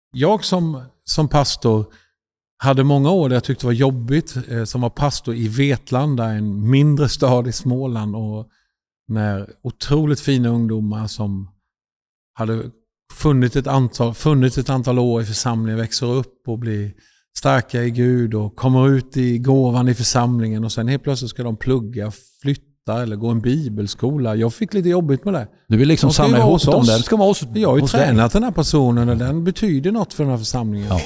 Jag som pastor hade många år där jag tyckte det var jobbigt, som var pastor i Vetlanda, en mindre stad i Småland, och med otroligt fina ungdomar som hade funnits ett antal år i församlingen, växer upp och blir starka i Gud och kommer ut i gåvan i församlingen, och sen helt plötsligt ska de plugga, flytta eller gå en bibelskola. Jag fick lite jobbigt med det. Du vill liksom samla ihop dem där. Det ska vara oss. Jag har ju tränat den här personen och den betyder något för den här församlingen. Ja.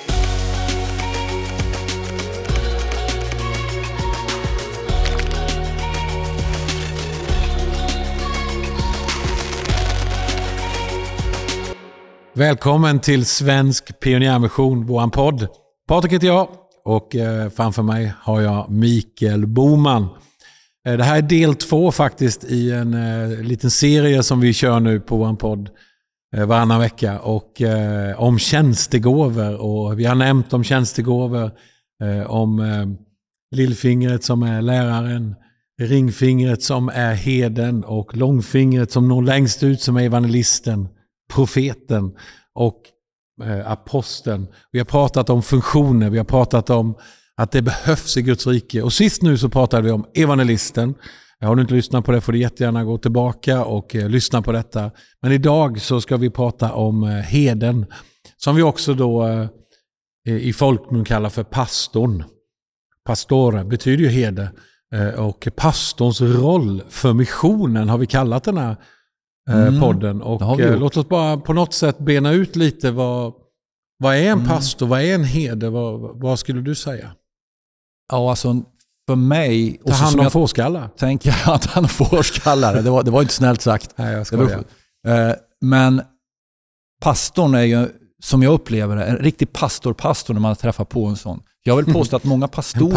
Välkommen till Svensk Pionjärmission, våran podd. Patrik heter jag och framför mig har jag Mikael Boman. Det här är del 2 faktiskt i en liten serie som vi kör nu på våran podd varannan vecka, och om tjänstegåvor. Och vi har nämnt om tjänstegåvor, om lillfingret som är läraren, ringfingret som är heden och långfingret som når längst ut som är evangelisten, profeten och aposteln. Vi har pratat om funktioner, vi har pratat om att det behövs i Guds rike. Och sist nu så pratade vi om evangelisten. Har du inte lyssnat på det får du jättegärna gå tillbaka och lyssna på detta. Men idag så ska vi prata om heden, som vi också då i folkmun kallar för pastorn. Pastor betyder ju herde. Och pastorns roll för missionen har vi kallat den här podden. Och låt oss bara på något sätt bena ut lite vad är en pastor, vad är en herde, vad skulle du säga? Ja, alltså för mig... Ta hand om fårskallar. Tänker jag att han fårskallar. Det var inte snällt sagt. Nej, jag skojar. Men pastorn är ju, som jag upplever det, en riktig pastor när man träffar på en sån. Jag vill påstå att många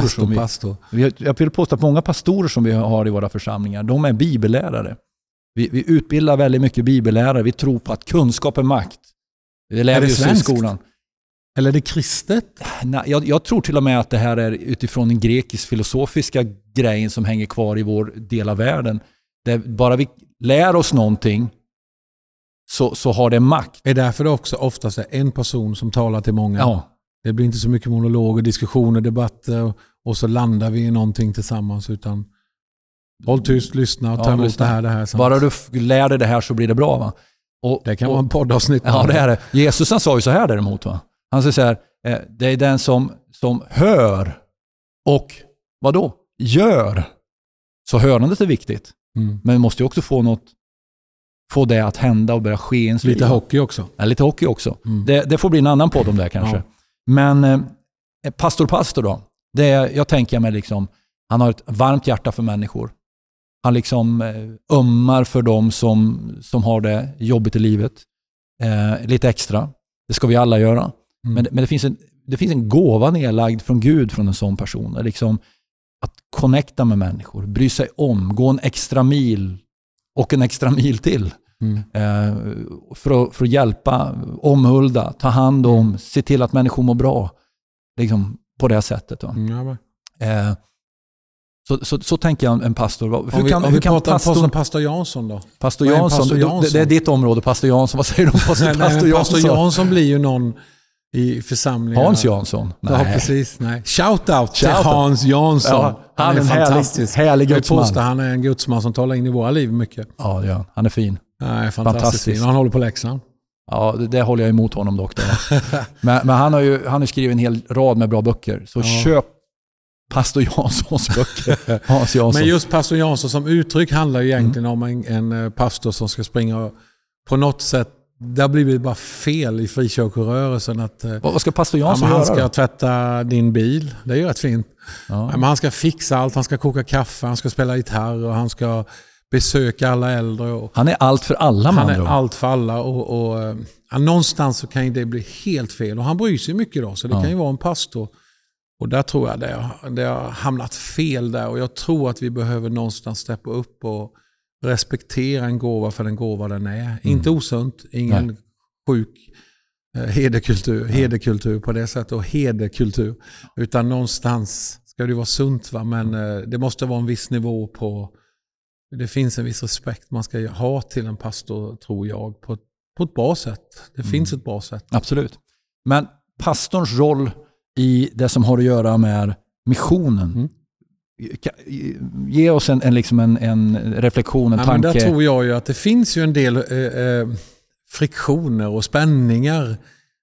pastorer som vi har i våra församlingar, de är bibellärare. Vi utbildar väldigt mycket bibellärare. Vi tror på att kunskap är makt. Det lär vi oss i skolan. Eller är det kristet? Nej, jag tror till och med att det här är utifrån den grekisk filosofiska grejen som hänger kvar i vår del av världen. Där bara vi lär oss någonting så har det makt. Är därför det också oftast är en person som talar till många? Ja. Det blir inte så mycket monologer, diskussioner, debatter och så landar vi i någonting tillsammans, utan håll tyst, lyssna och ta emot det här. Bara du lär dig det här så blir det bra, va? Det kan vara en poddavsnitt. Ja, det är det. Jesus han sa ju så här däremot, va? Han säger så här, det är den som hör och vadå? Gör. Så hörandet är viktigt. Men måste ju också få det att hända och börja ske i ens liv. Lite hockey också. Ja, lite hockey också. Det får bli en annan podd om det kanske. Ja. Men pastor då. Jag tänker mig liksom, han har ett varmt hjärta för människor. Han liksom ömmar för dem som har det jobbigt i livet. Lite extra. Det ska vi alla göra. Men det finns en gåva nedlagd från Gud från en sån person. Liksom att connecta med människor. Bry sig om. Gå en extra mil. Och en extra mil till. För att hjälpa, omhulda, ta hand om, se till att människor mår bra. Liksom på det sättet. Då. Så tänker jag en pastor. Om vi pratar om pastor Jansson då? Pastor Jansson, det är ditt område, pastor Jansson. Vad säger du om pastor Jansson? Pastor Jansson blir ju någon i församlingen. Hans Jansson? Nej. Ja, precis. Nej. Shout out till Hans Jansson. Ja, han är en fantastisk. Härlig gudsman. Han är en gudsman som talar in i våra liv mycket. Ja, det gör han är fin. Nej, fantastisk. Han håller på Leksand. Ja, det håller jag emot honom dock. men han har skrivit en hel rad med bra böcker. Så köp pastor Janssons böcker. Hans Jansson. Men just pastor Jansson som uttryck handlar ju egentligen om en pastor som ska springa och på något sätt, det blir det bara fel i frikyrkorörelsen att vad ska pastor Jansson göra? Han ska tvätta din bil, det är ju rätt fint. Ja. Men han ska fixa allt, han ska koka kaffe, han ska spela gitarr och han ska besöka alla äldre. Han är allt för alla. Han är allt för alla och någonstans så kan det bli helt fel och han bryr sig mycket då, så det kan ju vara en pastor. Och där tror jag det har hamnat fel där, och jag tror att vi behöver någonstans steppa upp och respektera en gåva för den gåva den är. Inte osunt, ingen sjuk hederkultur på det sättet, och hederkultur, utan någonstans ska det vara sunt, va? Men det måste vara en viss nivå på, det finns en viss respekt man ska ha till en pastor, tror jag, på ett bra sätt. Det finns ett bra sätt. Absolut. Men pastorns roll i det som har att göra med missionen. Ge oss en reflektion, en tanke. Men där tror jag ju att det finns ju en del friktioner och spänningar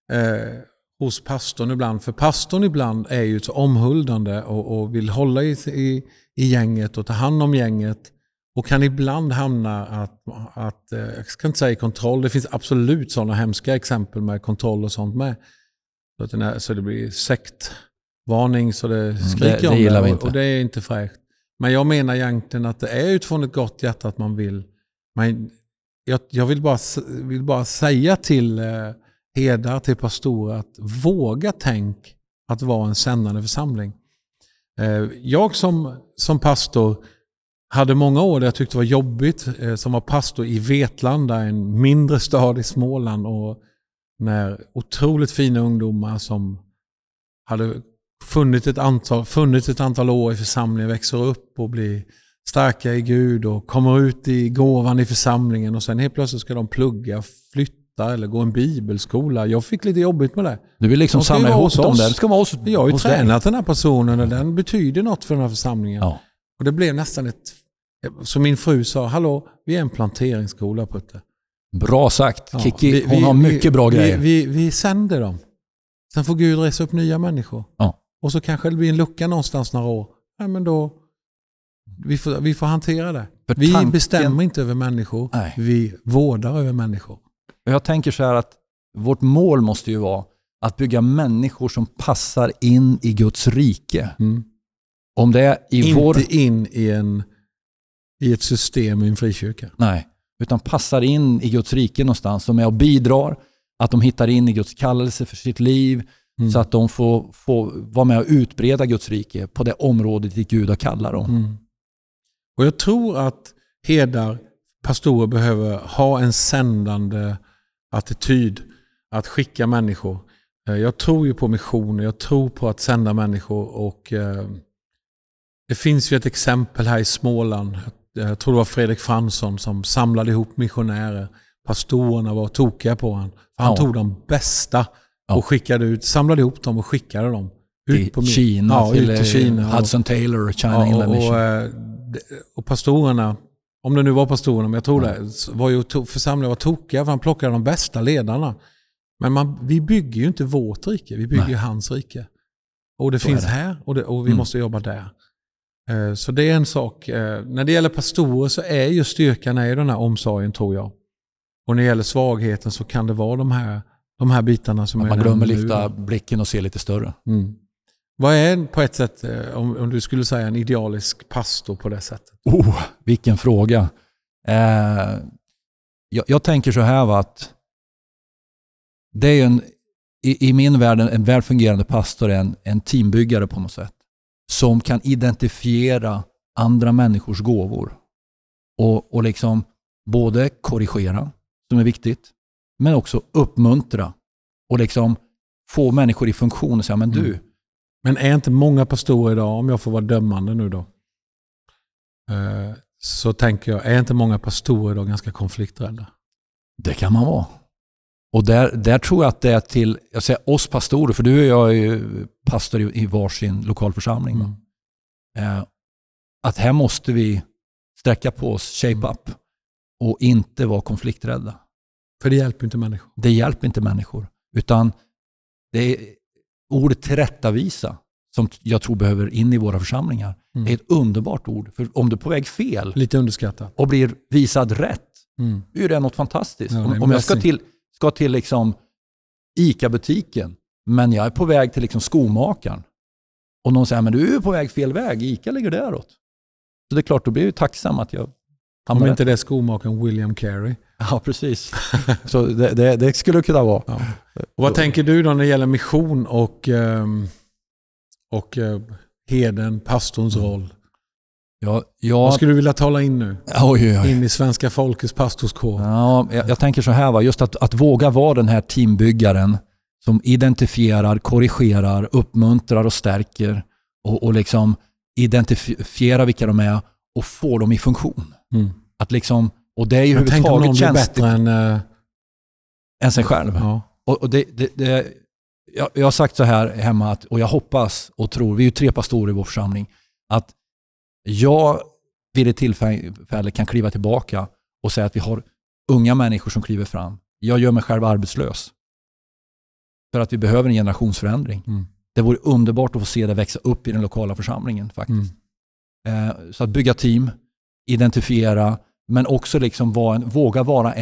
hos pastorn ibland. För pastorn ibland är ju så omhuldande och vill hålla i gänget och ta hand om gänget. Och kan ibland hamna att jag ska inte säga kontroll. Det finns absolut sådana hemska exempel med kontroll och sånt med. Så det blir sektvarning så det skriker om gillar vi inte. Och det är inte fräscht. Men jag menar egentligen att det är utifrån ett gott hjärta att man vill. Men jag vill bara säga till herdar, till pastorer att våga tänk att vara en sändande församling. Jag som pastor hade många år där jag tyckte det var jobbigt som var pastor i Vetlanda, en mindre stad i Småland, och när otroligt fina ungdomar som hade funnits ett antal år i församlingen växer upp och blir starka i Gud och kommer ut i gåvan i församlingen och sen helt plötsligt ska de plugga, flytta eller gå en bibelskola. Jag fick lite jobbigt med det. Du vill liksom samla ihop dem där. Det ska vara oss. Jag har ju tränat den här personen och den betyder något för den här församlingen. Ja. Och det blev nästan som min fru sa, hallå, vi är en planteringsskola, Putte. Bra sagt. Ja, Kiki, hon har mycket bra grejer. Vi sänder dem. Sen får Gud resa upp nya människor. Ja. Och så kanske det blir en lucka någonstans några år. Ja, men då vi får hantera det. Vi bestämmer inte över människor. Nej. Vi vårdar över människor. Jag tänker så här att vårt mål måste ju vara att bygga människor som passar in i Guds rike. Mm. Om det är inte in i ett system i en frikyrka. Nej, utan passar in i Guds rike någonstans. Som är och bidrar, att de hittar in i Guds kallelse för sitt liv. Så att de får vara med och utbreda Guds rike på det området dit Gud har kallat dem. Mm. Och jag tror att herdar, pastorer behöver ha en sändande attityd att skicka människor. Jag tror ju på missioner, jag tror på att sända människor och det finns ju ett exempel här i Småland. Jag tror det var Fredrik Fransson som samlade ihop missionärer. Pastorerna var tokiga på honom. Han tog de bästa och samlade ihop dem och skickade dem ut på Kina, till Kina. Hudson Taylor, China Inland Mission. Och pastorerna, om det nu var pastorerna, men jag tror det, var ju församlingen var tokiga för han plockade de bästa ledarna. Men vi bygger ju inte vårt rike, vi bygger ju hans rike. Och det finns här och vi måste jobba där. Så det är en sak. När det gäller pastorer så är ju styrkan i den här omsorgen, tror jag. Och när det gäller svagheten så kan det vara de här bitarna som man glömmer lyfta blicken och se lite större. Mm. Vad är på ett sätt, om du skulle säga en idealisk pastor på det sättet? Vilken fråga. Jag tänker så här att det är i min värld en välfungerande pastor är en teambyggare på något sätt. Som kan identifiera andra människors gåvor. Och liksom både korrigera, som är viktigt, men också uppmuntra. Och liksom få människor i funktion och säga, men du. Men är inte många pastorer idag, om jag får vara dömande nu då, så tänker jag, är inte många pastorer idag ganska konflikträdda? Det kan man vara. Och där tror jag att det är till, jag säger oss pastorer, för du och jag är ju pastor i varsin lokalförsamling. Att här måste vi sträcka på oss, shape up och inte vara konflikträdda. För det hjälper inte människor. Det hjälper inte människor. Utan det är ordet tillrättavisa som jag tror behöver in i våra församlingar. Det är ett underbart ord. För om du är på väg fel lite underskattat och blir visad rätt, är det något fantastiskt. Ja, om jag ska till liksom ICA-butiken, men jag är på väg till liksom skomakaren. Och någon säger, men du är på väg fel väg. ICA ligger däråt. Så det är klart, då blir jag tacksam att jag hamnar. Om inte det är skomakaren William Carey. Ja, precis. Så det skulle kunna vara. Ja. Och vad tänker du då när det gäller mission och herden, pastorns roll? Vad skulle du vilja tala in nu? In i svenska folkets pastorskår. Ja, jag tänker så här, just att våga vara den här teambyggaren som identifierar, korrigerar, uppmuntrar och stärker och liksom identifierar vilka de är och får dem i funktion. Att liksom, och det är ju överhuvudtaget bättre än sig själv. Ja. Och jag har sagt så här hemma, och jag hoppas och tror, vi är ju 3 pastorer i vår församling, att jag vid ett tillfälle kan kliva tillbaka och säga att vi har unga människor som kliver fram. Jag gör mig själv arbetslös. För att vi behöver en generationsförändring. Det vore underbart att få se det växa upp i den lokala församlingen faktiskt. Så att bygga team, identifiera, men också liksom våga vara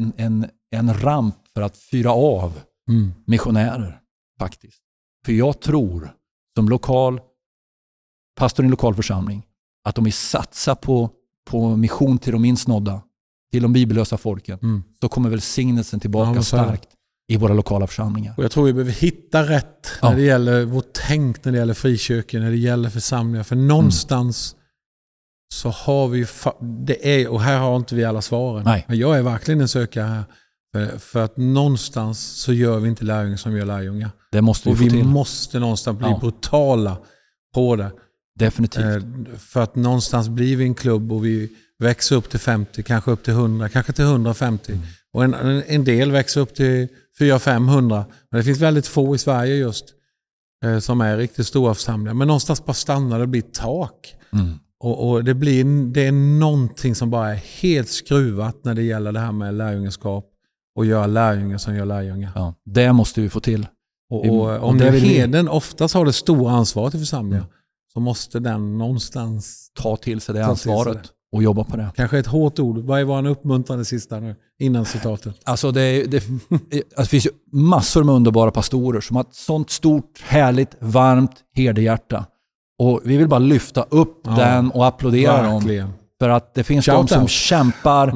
en ramp för att fyra av missionärer faktiskt. För jag tror som pastor i en lokal församling att om vi satsar på mission till de minst nådda, till de bibellösa folken, så kommer välsignelsen tillbaka starkt i våra lokala församlingar. Och jag tror vi behöver hitta rätt när det gäller vårt tänk, när det gäller frikyrkan, när det gäller församlingar. För någonstans så har vi och här har inte vi alla svaren. Nej. Men jag är verkligen en sökare här. För att någonstans så gör vi inte lärjungar som gör lärjungar. Det måste vi få till. Och vi måste någonstans bli brutala på det. Definitivt. För att någonstans blir vi en klubb och vi växer upp till 50, kanske upp till 100, kanske till 150. Och en del växer upp till 400-500. Men det finns väldigt få i Sverige just som är riktigt stora församlingar. Men någonstans bara stannar det, blir tak. Och det är någonting som bara är helt skruvat när det gäller det här med lärjungaskap och göra lärjungar som gör lärjungar. Ja, det måste vi få till. Och om det heden oftast har det stora ansvaret i församlingen, så måste den någonstans ta till sig det ansvaret och jobba på det. Kanske ett hårt ord. Vad var en uppmuntrande sista nu innan citatet? Alltså det finns ju massor med underbara pastorer som har ett sånt stort, härligt, varmt herdehjärta. Och vi vill bara lyfta upp den och applådera dem. För att det finns de som kämpar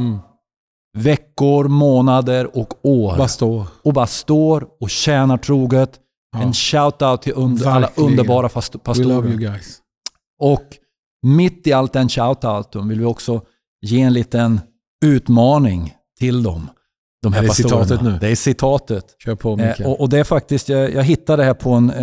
veckor, månader och år. Bara står och tjänar troget. En shout-out till alla underbara pastorer. We love you guys. Och mitt i allt den shout-outen vill vi också ge en liten utmaning till dem. De här pastorerna. Citatet nu? Det är citatet. Kör på, Mikael. Och det är faktiskt, jag hittade det här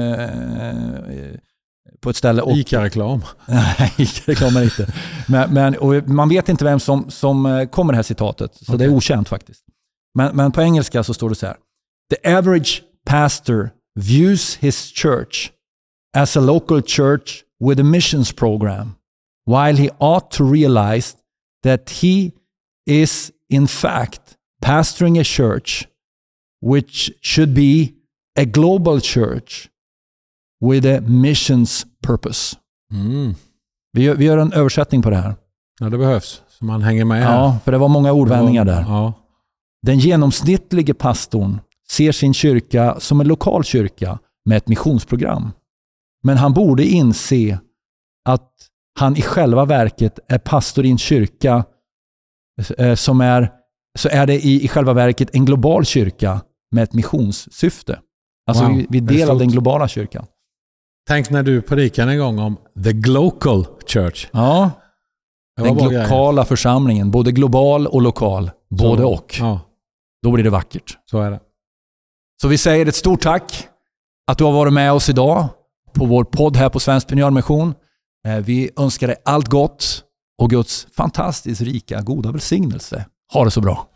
på ett ställe. Ica-reklam. Nej, Ica-reklam är inte. Men man vet inte vem som kommer det här citatet. Så det är okänt faktiskt. Men på engelska så står det så här. The average pastor views his church as a local church with a missions program, while he ought to realize that he is in fact pastoring a church which should be a global church with a missions purpose. Vi gör en översättning på det här. Ja, det behövs. Så man hänger med här. Ja, för det var många ordvändningar där. Ja. Den genomsnittliga pastorn ser sin kyrka som en lokal kyrka med ett missionsprogram. Men han borde inse att han i själva verket är pastor i en kyrka så är det i själva verket en global kyrka med ett missionssyfte. Alltså vi delar den globala kyrkan. Tänk när du predikade en gång om the global church. Ja, den lokala församlingen. Både global och lokal. Både och. Ja. Då blir det vackert. Så är det. Så vi säger ett stort tack att du har varit med oss idag på vår podd här på Svensk Pionjärmission. Vi önskar dig allt gott och Guds fantastiskt rika, goda välsignelse. Ha det så bra.